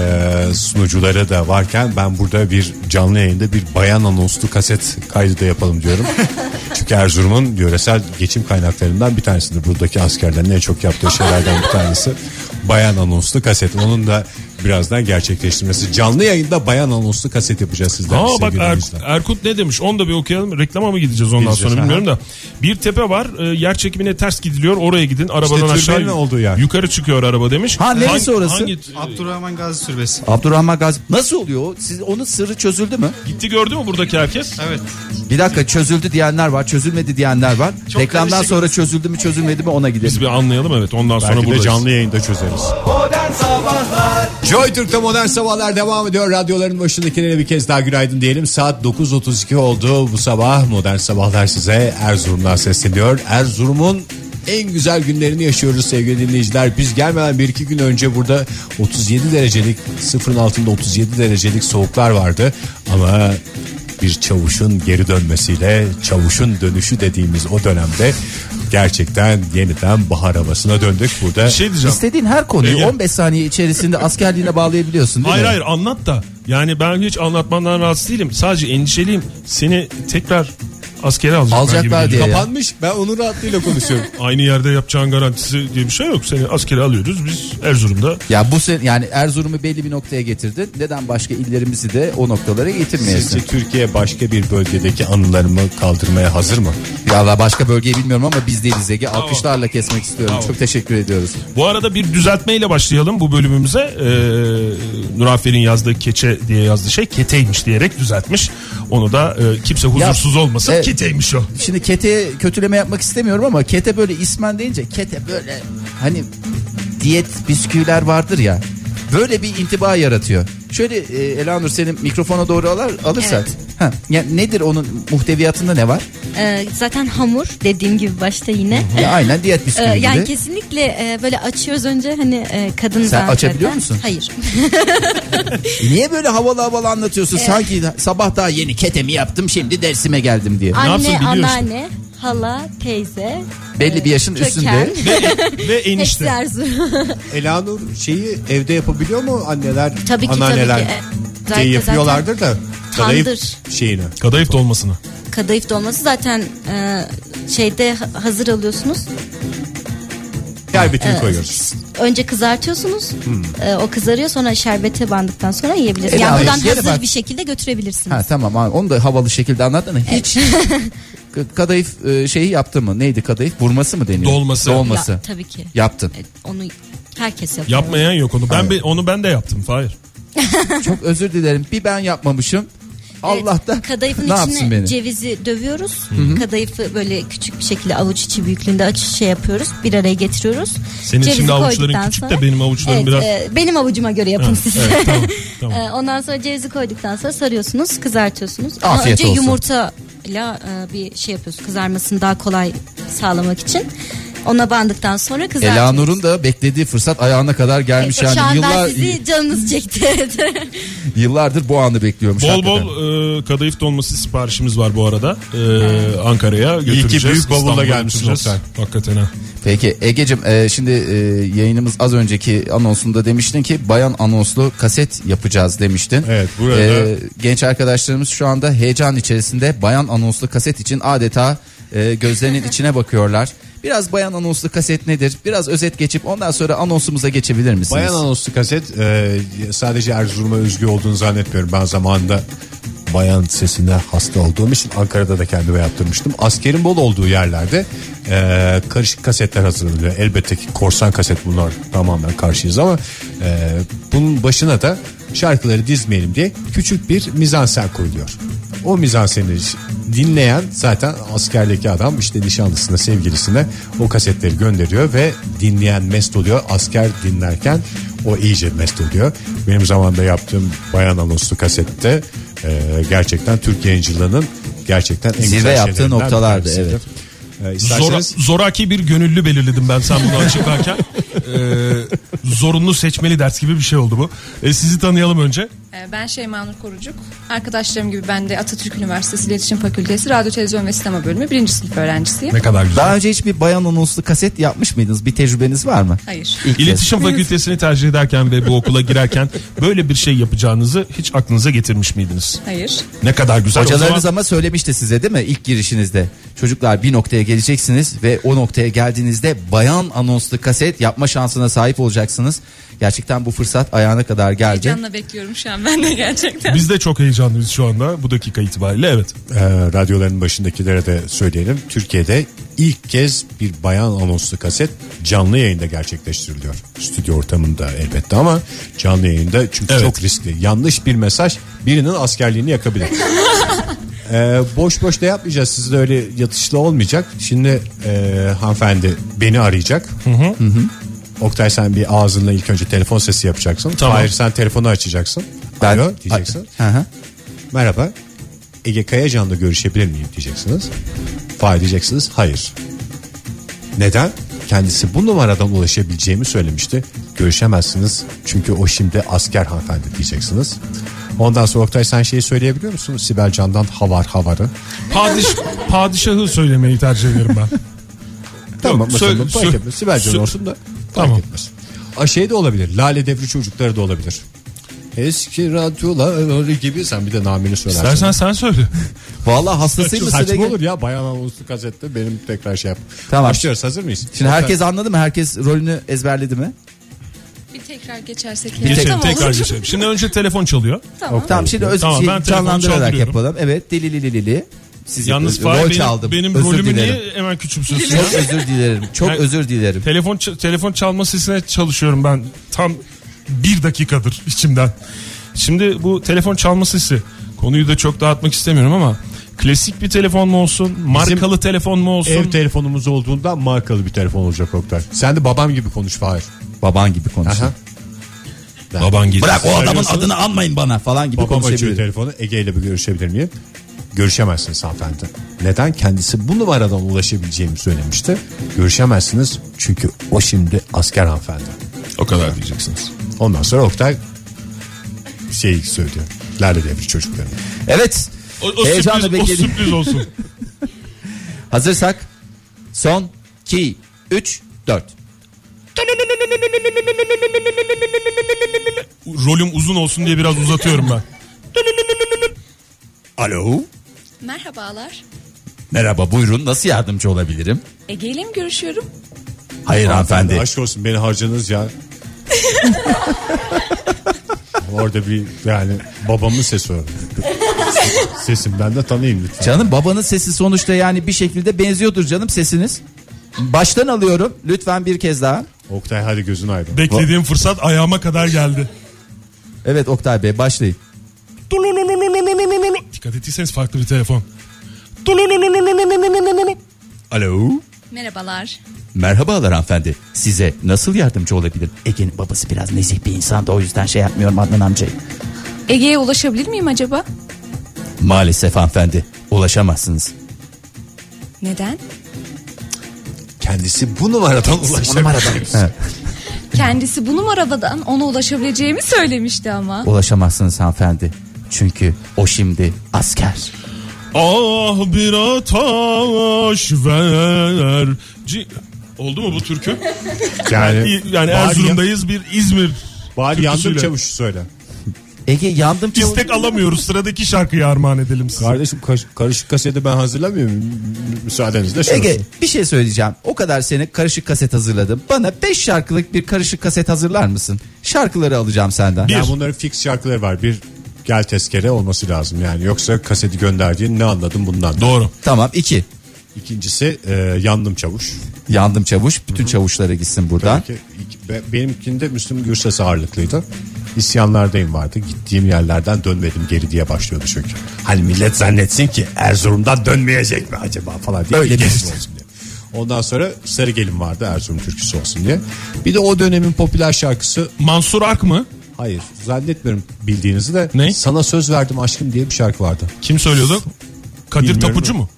sunucuları da varken ben burada bir canlı yayında bir bayan anonslu kaset kaydı da yapalım diyorum. Çünkü Erzurum'un yöresel geçim kaynaklarından bir tanesidir. Buradaki askerlerin en çok yaptığı şeylerden bir tanesi. Bayan anonslu kaset. Onun da birazdan gerçekleştirmesi. Canlı yayında bayan anonslu kaset yapacağız sizden. Aa bak dinleyiciler. Erkut ne demiş? Onu da bir okuyalım. Reklama mı gideceğiz ondan Gideceğiz, sonra aha. bilmiyorum da. Bir tepe var. Yer çekimine ters gidiliyor. Oraya gidin. Arabadan İşte aşağı türbenin olduğu yer. yukarı çıkıyor araba demiş. Ha, neresi orası? Abdurrahman Gazi Türbesi. Abdurrahman Gazi nasıl oluyor o? Onun sırrı çözüldü mü? Gitti gördü mü buradaki herkes? Evet. Bir dakika, çözüldü diyenler var, çözülmedi diyenler var. Çok Reklamdan karışık. sonra çözüldü mü çözülmedi mi ona gidelim. Biz bir anlayalım, evet, ondan sonra Belki de buradayız. canlı yayında çözeriz. Modern Sabahlar Joy Türk'te Modern Sabahlar devam ediyor. Radyoların başındakilere bir kez daha günaydın diyelim. Saat 9.32 oldu. Bu sabah Modern Sabahlar size Erzurum'dan sesleniyor. Erzurum'un en güzel günlerini yaşıyoruz sevgili dinleyiciler. Biz gelmeden 1-2 gün önce burada 37 derecelik, sıfırın altında 37 derecelik soğuklar vardı. Ama bir çavuşun geri dönmesiyle, çavuşun dönüşü dediğimiz o dönemde gerçekten yeniden bahar havasına döndük burada. Bir şey diyeceğim. İstediğin her konuyu Ege. 15 saniye içerisinde askerliğine bağlayabiliyorsun değil Hayır mi? anlat da. Yani ben hiç anlatmandan rahatsız değilim. Sadece endişeliyim. Seni tekrar askere Alacaklar gibi diye geliyor. ya. Kapanmış, ben onun rahatlığıyla konuşuyorum. Aynı yerde yapacağın garantisi diye bir şey yok. Seni askere alıyoruz biz Erzurum'da. Ya bu sen yani Erzurum'u belli bir noktaya getirdin. Neden başka illerimizi de o noktalara getirmeyesin? Sizce Türkiye başka bir bölgedeki anılarımı kaldırmaya hazır mı? Valla başka bölgeyi bilmiyorum ama biz değiliz Ege. Alkışlarla kesmek istiyorum. Bravo. Çok teşekkür ediyoruz. Bu arada bir düzeltmeyle başlayalım bu bölümümüze. Nurafer'in yazdığı keçe diye yazdığı şey keteymiş diyerek düzeltmiş. Onu da kimse huzursuz olmasın. evet. Keteymiş o. Şimdi Kete kötüleme yapmak istemiyorum ama Kete böyle ismen deyince Kete böyle hani diyet bisküviler vardır ya. Böyle bir intiba yaratıyor. Şöyle Elanur senin mikrofona doğru alırsak. Evet. Ha, yani nedir onun muhteviyatında ne var? Zaten hamur dediğim gibi başta yine. Ya aynen diyet bisküvi gibi. Yani kesinlikle böyle açıyoruz önce hani kadın Sen zaten. açabiliyor musun? Hayır. Niye böyle havalı anlatıyorsun? Sanki sabah daha yeni ketemi yaptım şimdi dersime geldim diye. yapsın Anne, biliyorsun. anneanne, hala, teyze. Belli bir yaşın köken. üstünde. Ve Hepsi enişte. Erzurum. Elanur şeyi evde yapabiliyor mu anneler, Tabii ki, anneanneler? tabii ki. Şey Zaten- yapıyorlardır da kadayıf Tandır. şeyini. Kadayıf dolmasını. Kadayıf dolması zaten şeyde hazır alıyorsunuz. Şerbetini koyuyoruz. Önce kızartıyorsunuz. O kızarıyor, sonra şerbete bandıktan sonra yiyebilirsiniz. Yani Yani buradan yine hazır bak- bir şekilde götürebilirsiniz. Ha tamam abi, onu da havalı şekilde anlattın. Hiç kadayıf şeyi yaptı mı? Neydi kadayıf? Burması mı deniyor? Dolması. Dolması. Ya, tabii ki. Yaptın. Onu herkes yapıyor. Yapmayan yok onu. Onu ben de yaptım. Hayır. Çok özür dilerim. Bir ben yapmamışım. Allah da Kadayıfın ne yapsın içine beni? cevizi dövüyoruz. Kadayıfı böyle küçük bir şekilde avuç içi büyüklüğünde şey yapıyoruz. Bir araya getiriyoruz. Senin Cevizi şimdi avuçların koyduktan küçük sonra- de benim avuçlarım Evet, biraz... benim avucuma göre yapın Ha, siz. evet, tamam. Ondan sonra cevizi koyduktan sonra sarıyorsunuz, kızartıyorsunuz. Ama Afiyet önce olsun. yumurtayla bir şey yapıyoruz. Kızarmasını daha kolay sağlamak için. Ona bandıktan sonra kızartıyoruz. Elanur'un da beklediği fırsat ayağına kadar gelmiş. Şu an Yani ben sizi canınız çekti. yıllardır bu anı bekliyormuş. Bol hakikaten. bol kadayıf dolması siparişimiz var bu arada. Ankara'ya götüreceğiz. İyi ki büyük bavulla İstanbul'a gelmişsin götüreceğiz. Hakikaten ha. Peki Egeciğim, şimdi yayınımız az önceki anonsunda demiştin ki bayan anonslu kaset yapacağız demiştin. Evet, burada genç arkadaşlarımız şu anda heyecan içerisinde bayan anonslu kaset için adeta gözlerinin içine bakıyorlar. Biraz bayan anonslu kaset nedir? Biraz özet geçip ondan sonra anonsumuza geçebilir misiniz? Bayan anonslu kaset sadece Erzurum'a özgü olduğunu zannetmiyorum. Ben zamanında bayan sesine hasta olduğum için Ankara'da da kendime yaptırmıştım. Askerin bol olduğu yerlerde karışık kasetler hazırlanıyor. Elbette ki korsan kaset, bunlar tamamen karşıyız ama bunun başına da şarkıları dizmeyelim diye küçük bir mizansen koyuluyor. O mizanseni dinleyen zaten askerdeki adam işte nişanlısına, sevgilisine o kasetleri gönderiyor ve dinleyen mest oluyor. Asker dinlerken o iyice mest oluyor. Benim zamanında yaptığım bayan anonslu kasette gerçekten Türk yayıncılığının gerçekten en zirve güzel yaptığı noktalardı, evet. Zoraki bir gönüllü belirledim ben sen bunu açıklarken. Zorunlu seçmeli ders gibi bir şey oldu bu. Sizi tanıyalım önce. Ben Şeyma Nur Korucuk. Arkadaşlarım gibi ben de Atatürk Üniversitesi İletişim Fakültesi Radyo, Televizyon ve Sinema Bölümü 1. sınıf öğrencisiyim. Ne kadar güzel. Daha önce hiç bir bayan anonslu kaset yapmış mıydınız? Bir tecrübeniz var mı? Hayır. İletişim Fakültesini tercih ederken ve bu okula girerken böyle bir şey yapacağınızı hiç aklınıza getirmiş miydiniz? Hayır. Ne kadar güzel. Hocalarınız ama söylemişti size değil mi ilk girişinizde? Çocuklar bir noktaya geleceksiniz ve o noktaya geldiğinizde bayan anonslu kaset yapma şansına sahip olacaksınız. Gerçekten bu fırsat ayağına kadar geldi. Heyecanla bekliyorum şu an ben de gerçekten. Biz de çok heyecanlıyız şu anda bu dakika itibariyle, evet. Radyoların başındakilere de söyleyelim. Türkiye'de ilk kez bir bayan anonslu kaset canlı yayında gerçekleştiriliyor. Stüdyo ortamında elbette ama canlı yayında, çünkü evet, çok riskli. Yanlış bir mesaj birinin askerliğini yakabilir. Boş boş da yapmayacağız. Sizde öyle yatışlı olmayacak. Şimdi hanımefendi beni arayacak. Hı. Oktay, sen bir ağzınla ilk önce telefon sesi yapacaksın. Tamam. Hayır, sen telefonu açacaksın. Alo diyeceksin. Merhaba, Ege Kayacan'la görüşebilir miyim diyeceksiniz. Fahir diyeceksiniz. Hayır. Neden? Kendisi bu numaradan ulaşabileceğimi söylemişti. Görüşemezsiniz çünkü o şimdi asker hanımefendi diyeceksiniz. Ondan sonra Oktay, sen şeyi söyleyebiliyor musun? Sibel Can'dan havarı. Padişahı söylemeyi tercih ederim ben. Tamam, mesela fark sö- etmez. Sibel Can sö- olsun da Tamam. fark etmez. Şey de olabilir. Lale Devri çocukları da olabilir. Eski radyolar gibi, sen bir de namını söylersin. İstersen sen söyle. Vallahi hastasıyım mı? Saçma olur ya, bayan anonslu kasette benim tekrar şey yap. Tamam. Başlıyoruz, hazır mıyız? Şimdi herkes anladı mı? Herkes rolünü ezberledi mi? Bir tekrar geçersek. Geçelim, Tamam, tekrar olur. geçelim. Şimdi önce telefon çalıyor. Tamam, şimdi Tamam, ben telefonu canlandırarak çaldırıyorum. yapalım. Evet, dilililili. Siz Yalnız rol Fahir çaldım. benim Özür rolümü dilerim. niye hemen küçümsüyorsun? Çok özür dilerim. Çok Yani- özür dilerim. Telefon çalma sesine çalışıyorum ben. Tam 1 dakikadır içimden. Şimdi bu telefon çalma sesi, konuyu da çok dağıtmak istemiyorum ama klasik bir telefon mu olsun, markalı telefon mu olsun? Ev telefonumuz olduğunda markalı bir telefon olacak Oktay. Sen de babam gibi konuş Fahir. Baban gibi konuşuyor. Aha. Baban gibi. Bırak o adamın Arıyorsun. adını anmayın bana falan gibi Babam açıyor konuşabilirim. telefonu. Ege ile bir görüşebilir miyim? Görüşemezsiniz hanımefendi. Neden? Kendisi bu numaradan ulaşabileceğimi söylemişti. Görüşemezsiniz çünkü o şimdi asker hanımefendi. O kadar diyeceksiniz. Ondan sonra Oktay şey söylüyor. Lale Devri çocukları. Evet. O Heyecanla bekledim. sürpriz olsun. Hazırsak son 2 3 4. Rolüm uzun olsun diye biraz uzatıyorum ben. Alo. Merhabalar. Merhaba, buyurun, nasıl yardımcı olabilirim? Ege ile mi görüşüyorum? Hayır hanımefendi. Aşk olsun, beni harcanız ya. Orada bir yani babamın sesi var. Sesimden de tanıyayım lütfen. Canım, babanın sesi sonuçta yani bir şekilde benziyordur canım sesiniz. Baştan alıyorum lütfen bir kez daha. Oktay, hadi gözün aydın. Beklediğim fırsat ayağıma kadar geldi. Evet Oktay Bey, başlayın. Dikkat ettiyseniz farklı bir telefon. Alo. Merhabalar. Merhabalar hanımefendi. Size nasıl yardımcı olabilirim? Ege'nin babası biraz nezih bir insan da o yüzden şey yapmıyorum Adnan amcayı. Ege'ye ulaşabilir miyim acaba? Maalesef hanımefendi, ulaşamazsınız. Neden? Kendisi bu numaradan ulaşabilir. Kendisi bu numaradan ona ulaşabileceğimi söylemişti ama. Ulaşamazsınız hanımefendi. Çünkü o şimdi asker. Ah bir ataş ver. Oldu mu bu türkü? Yani Erzurum'dayız, bir İzmir. Bari yandım çavuşu söyle. Ege yandım çavuşu. İstek alamıyoruz, sıradaki şarkıyı armağan edelim size. Kardeşim karışık kaseti ben hazırlamıyorum. Müsaadenizle şunu. Ege bir şey söyleyeceğim. O kadar sene karışık kaset hazırladım. Bana 5 şarkılık bir karışık kaset hazırlar mısın? Şarkıları alacağım senden. Yani bunların fix şarkıları var. Bir gel tezkere olması lazım yani. Yoksa kaseti gönderdiğin ne anladım bundan? Doğru. Tamam 2. İkincisi yandım çavuş. Yandım çavuş. Bütün çavuşlara gitsin buradan. Benimkinde Müslüm Gürses ağırlıklıydı. İsyanlardayım vardı. Gittiğim yerlerden dönmedim geri diye başlıyordu çünkü. Hani millet zannetsin ki Erzurum'dan dönmeyecek mi acaba falan diye. Öyle olsun diye. Ondan sonra Sarı Gelin vardı, Erzurum türküsü olsun diye. Bir de o dönemin popüler şarkısı. Mansur Ark mı? Hayır, zannetmiyorum bildiğinizi de. Ne? Sana söz verdim aşkım diye bir şarkı vardı. Kim söylüyordu? Kadir Bilmiyorum Tapucu mu?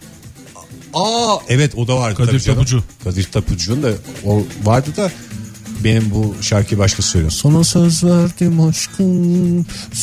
Evet o da vardı. Kadir Tapucu. Kadir Tapucu'nun da o vardı da benim bu şarkıyı başkası söylüyor. Sana söz verdim aşkım,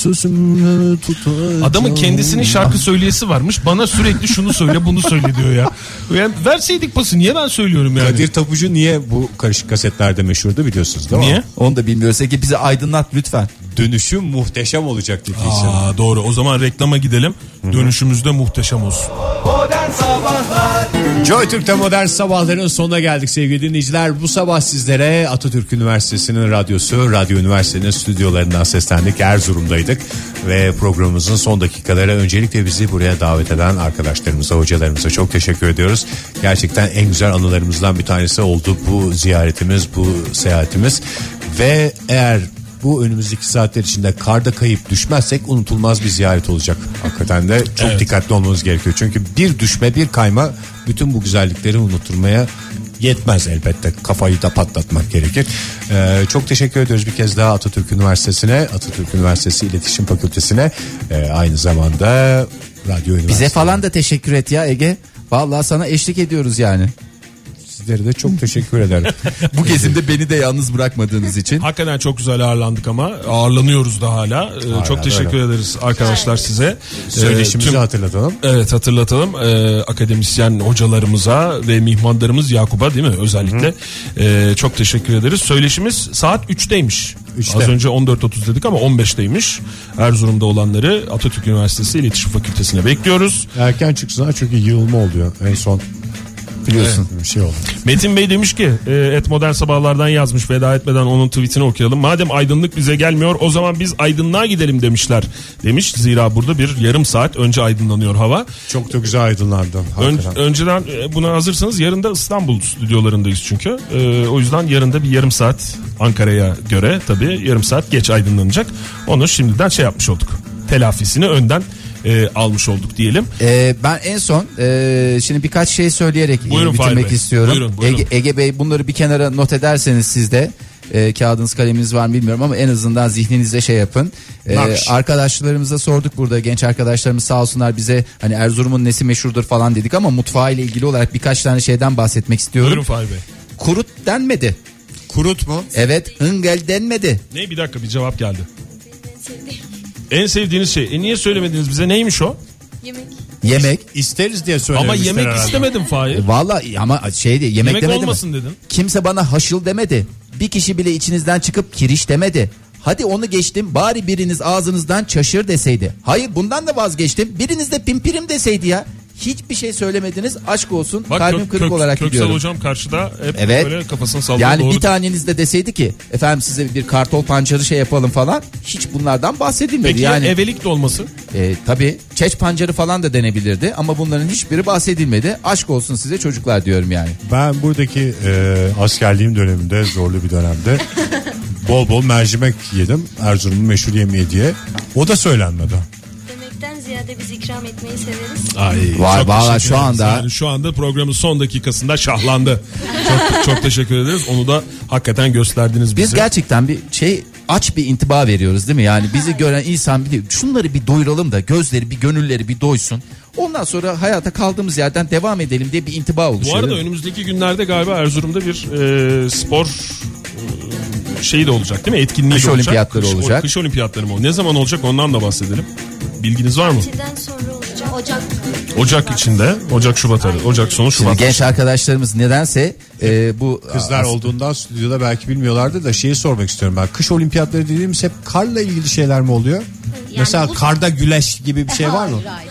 sözümü tutacağım. Adamın kendisinin şarkı söyleyesi varmış. Bana sürekli şunu söyle bunu söyle diyor ya. Yani verseydik pası, niye ben söylüyorum yani? Kadir Tapucu niye bu karışık kasetlerde meşhurdu biliyorsunuz değil mi? Niye? Onu da bilmiyoruz. Ki bizi aydınlat lütfen. Dönüşüm muhteşem olacak dediği Doğru, o zaman reklama gidelim. Dönüşümüzde muhteşem olsun. Modern Sabahlar. Joy Türk'te modern sabahların sonuna geldik sevgili dinleyiciler. Bu sabah sizlere Atatürk Üniversitesi'nin radyosu, Radyo Üniversitesi'nin stüdyolarından seslendik. Erzurum'daydık ve programımızın son dakikaları öncelikle bizi buraya davet eden arkadaşlarımıza, hocalarımıza çok teşekkür ediyoruz. Gerçekten en güzel anılarımızdan bir tanesi oldu bu ziyaretimiz, bu seyahatimiz ve eğer bu önümüzdeki saatler içinde karda kayıp düşmezsek unutulmaz bir ziyaret olacak. Hakikaten de çok dikkatli olmamız gerekiyor. Çünkü bir düşme, bir kayma bütün bu güzellikleri unutturmaya yetmez elbette. Kafayı da patlatmak gerekir. Çok teşekkür ediyoruz bir kez daha Atatürk Üniversitesi'ne, Atatürk Üniversitesi İletişim Fakültesi'ne, aynı zamanda Radyo Üniversitesi. Bize falan da teşekkür et ya Ege. Vallahi sana eşlik ediyoruz yani. Sizlere de çok teşekkür ederim. Bu gezimde beni de yalnız bırakmadığınız için. Hakikaten çok güzel ağırlandık ama ağırlanıyoruz da hala. Çok teşekkür ederiz arkadaşlar size. Söyleşimizi hatırlatalım. Evet, hatırlatalım. Akademisyen hocalarımıza ve mihmandarımız Yakup'a değil mi özellikle. Çok teşekkür ederiz. Söyleşimiz saat 3'teymiş. Az önce 14.30 dedik ama 15'teymiş. Erzurum'da olanları Atatürk Üniversitesi İletişim Fakültesi'ne bekliyoruz. Erken çıksınlar çünkü yığılma oluyor en son. Biliyorsun bir şey oldu. Metin Bey demiş ki Modern Sabahlardan yazmış, veda etmeden onun tweetini okuyalım. Madem aydınlık bize gelmiyor o zaman biz aydınlığa gidelim demişler demiş. Zira burada bir yarım saat önce aydınlanıyor hava. Çok da güzel aydınlandı. Önceden buna hazırsanız yarın da İstanbul stüdyolarındayız çünkü. O yüzden yarın da bir yarım saat Ankara'ya göre tabii yarım saat geç aydınlanacak. Onu şimdiden yapmış olduk. Telafisini önden almış olduk diyelim. Ben en son şimdi birkaç şey söyleyerek bitirmek istiyorum. Buyurun. Ege Bey, bunları bir kenara not ederseniz siz de kağıdınız kaleminiz var mı bilmiyorum ama en azından zihninizde yapın. Arkadaşlarımıza sorduk, burada genç arkadaşlarımız sağ olsunlar bize hani Erzurum'un nesi meşhurdur falan dedik ama mutfağı ile ilgili olarak birkaç tane şeyden bahsetmek istiyorum. Buyurun Fahri Bey. Kurut denmedi. Kurut mu? Evet, hıngel denmedi. Ne, bir dakika, bir cevap geldi. En sevdiğiniz şey. Niye söylemediniz bize, neymiş o? Yemek. İsteriz diye söylemişler. Ama yemek herhalde. istemedim Fahir. Vallahi ama yemek demedim. olmasın dedim. Kimse bana haşıl demedi. Bir kişi bile içinizden çıkıp kiriş demedi. Hadi onu geçtim, bari biriniz ağzınızdan çaşır deseydi. Hayır, bundan da vazgeçtim. Biriniz de pimpirim deseydi ya. Hiçbir şey söylemediniz, aşk olsun. Bak, kalbim kırık olarak gidiyorum. Köksal hocam karşıda hep evet. Böyle kafasını sallıyor. Yani doğru. bir taneniz de deseydi ki efendim size bir kartol pancarı yapalım falan. Hiç bunlardan bahsedilmedi. Peki yani evelik de olması? Tabii çeç pancarı falan da denebilirdi ama bunların hiçbiri bahsedilmedi. Aşk olsun size çocuklar diyorum yani. Ben buradaki askerliğim döneminde, zorlu bir dönemde bol bol mercimek yedim. Erzurum'un meşhur yemeği diye. O da söylenmedi. Demekten ziyade biz ikram etmeyi severiz. Ay, Valla şu anda. Yani şu anda programın son dakikasında şahlandı. çok teşekkür ederiz. Onu da hakikaten gösterdiniz bize. Biz gerçekten bir aç bir intiba veriyoruz değil mi? Yani bizi gören insan biliyor. Şunları bir doyuralım da gözleri bir gönülleri bir doysun. Ondan sonra hayata kaldığımız yerden devam edelim diye bir intiba oluşuyor. Bu arada önümüzdeki günlerde galiba Erzurum'da bir spor şeyi de olacak değil mi? Etkinliği kış de olacak. Olimpiyatları olacak. Kış olimpiyatları mı? Ne zaman olacak ondan da bahsedelim. Bilginiz var mı? Tatilden sonra olacak. Ocak içinde. Ocak Şubat arası. Ocak sonu Şubat. Şimdi genç arkadaşlarımız nedense bu kızlar olduğundan stüdyoda belki bilmiyorlardı da şeyi sormak istiyorum ben. Kış olimpiyatları dediğimiz hep karla ilgili şeyler mi oluyor? Yani mesela karda güleş gibi bir şey var mı? Hayır.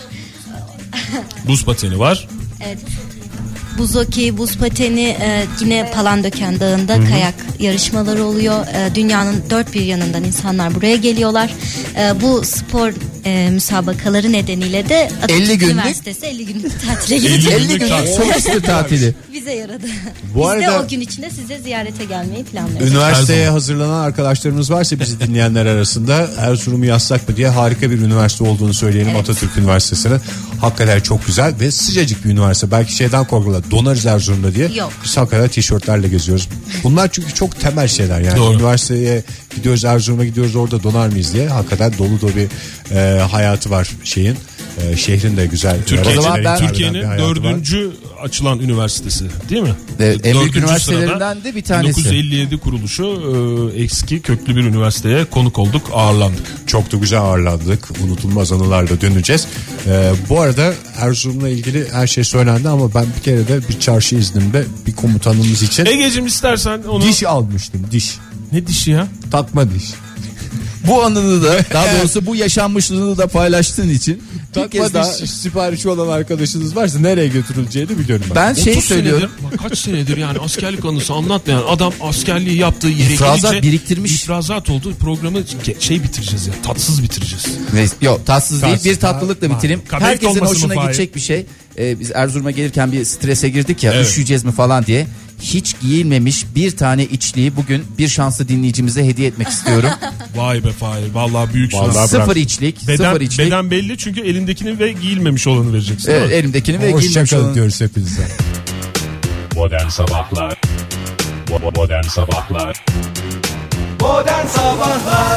Buz pateni var. Evet. Buz hokeyi, buz pateni, yine Palandöken Dağı'nda kayak yarışmaları oluyor. Dünyanın dört bir yanından insanlar buraya geliyorlar. Bu spor müsabakaları nedeniyle de Atatürk Üniversitesi 50 günlük tatile gidecek. 50 günlük solistli tatili. Bize yaradı. Bu Biz arada de o gün içinde size ziyarete gelmeyi planlıyoruz. Üniversiteye hazırlanan arkadaşlarımız varsa bizi dinleyenler arasında Erzurum'u yazsak mı diye harika bir üniversite olduğunu söyleyelim. Evet. Atatürk Üniversitesi'nin hakikaten çok güzel ve sıcacık bir üniversite. Belki şeyden korkuyorlar, donarız Erzurum'da diye. Yok. Biz hakikaten tişörtlerle geziyoruz. Bunlar çünkü çok temel şeyler yani. Doğru. Üniversiteye gidiyoruz, Erzurum'a gidiyoruz, orada donar mıyız diye. Hakikaten dolu dolu bir hayatı var şeyin. Şehrin de güzel. Türkiye'nin 4. açılan üniversitesi değil mi? En büyük üniversitelerinden de bir tanesi. 1957 kuruluşu, eski köklü bir üniversiteye konuk olduk, ağırlandık. Çok da güzel ağırlandık. Unutulmaz anılarla döneceğiz. Bu arada Erzurum'la ilgili her şey söylendi ama ben bir kere de bir çarşı iznimde bir komutanımız için Egeciğim istersen onu... diş almıştım, diş. Ne dişi ya? Takma diş. Bu anını da daha doğrusu bu yaşanmışlığını da paylaştığın için takma diş siparişi olan arkadaşınız varsa nereye götürüleceğini biliyorum ben. Ben şey söylüyorum. Kaç senedir yani askerlik anısı anlatmayan adam askerliği yaptığı yere İfrazat gelince biriktirmiş. İfrazat oldu. Programı bitireceğiz ya. Tatsız bitireceğiz. Yok tatsız değil, bir tatlılıkla bitireyim. Herkesin hoşuna gidecek bir şey. Biz Erzurum'a gelirken bir strese girdik ya, evet. Üşüyeceğiz mi falan diye. Hiç giyilmemiş bir tane içliği bugün bir şanslı dinleyicimize hediye etmek istiyorum. Vay be Fahir, vallahi büyük şans. Sıfır içlik. Beden belli çünkü elindekini ve giyilmemiş olanı vereceksin. Evet, elimdekini ve giyilmemiş olanı diyoruz hepinize. Modern Sabahlar. Modern Sabahlar. Modern Sabahlar